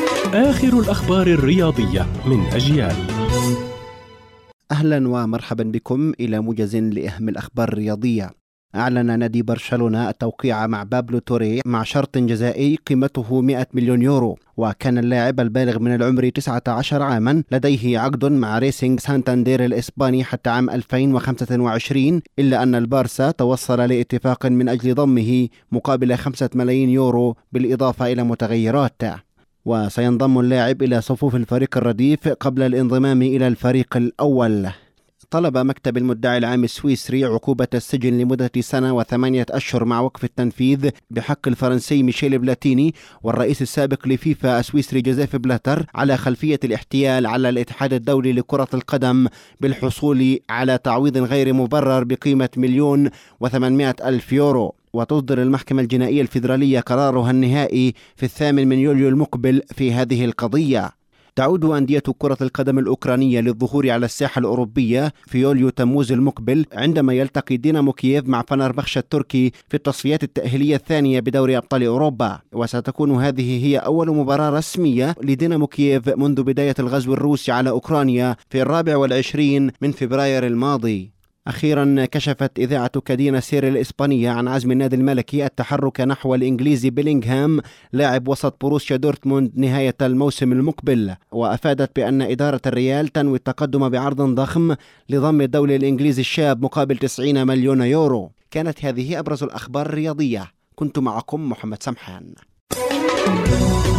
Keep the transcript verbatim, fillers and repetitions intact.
آخر الأخبار الرياضية من أجيال. أهلا ومرحبا بكم إلى موجز لأهم الأخبار الرياضية. أعلن نادي برشلونة التوقيع مع بابلو توري مع شرط جزائي قيمته مئة مليون يورو. وكان اللاعب البالغ من العمر تسعة عشر عاما لديه عقد مع ريسينغ سانتاندير الإسباني حتى عام ألفين وخمسة وعشرين، إلا أن البارسا توصل لاتفاق من أجل ضمه مقابل خمسة ملايين يورو بالإضافة إلى متغيرات. وسينضم اللاعب إلى صفوف الفريق الرديف قبل الانضمام إلى الفريق الأول. طلب مكتب المدعي العام السويسري عقوبة السجن لمدة سنة وثمانية أشهر مع وقف التنفيذ بحق الفرنسي ميشيل بلاتيني والرئيس السابق لفيفا السويسري جوزيف بلاتر على خلفية الاحتيال على الاتحاد الدولي لكرة القدم بالحصول على تعويض غير مبرر بقيمة مليون وثمانمائة ألف يورو. وتصدر المحكمة الجنائية الفيدرالية قرارها النهائي في الثامن من يوليو المقبل في هذه القضية. تعود أندية كرة القدم الأوكرانية للظهور على الساحة الأوروبية في يوليو تموز المقبل عندما يلتقي دينامو كييف مع فنربخشة التركي في التصفيات التأهيلية الثانية بدوري أبطال أوروبا. وستكون هذه هي أول مباراة رسمية لدينامو كييف منذ بداية الغزو الروسي على أوكرانيا في الرابع والعشرين من فبراير الماضي. أخيرا كشفت إذاعة كادينا سير الإسبانية عن عزم النادي الملكي التحرك نحو الإنجليزي بيلينغهام لاعب وسط بروسيا دورتموند نهاية الموسم المقبل. وأفادت بأن إدارة الريال تنوي التقدم بعرض ضخم لضم الدولي الإنجليزي الشاب مقابل تسعين مليون يورو. كانت هذه أبرز الأخبار الرياضية. كنت معكم محمد سمحان.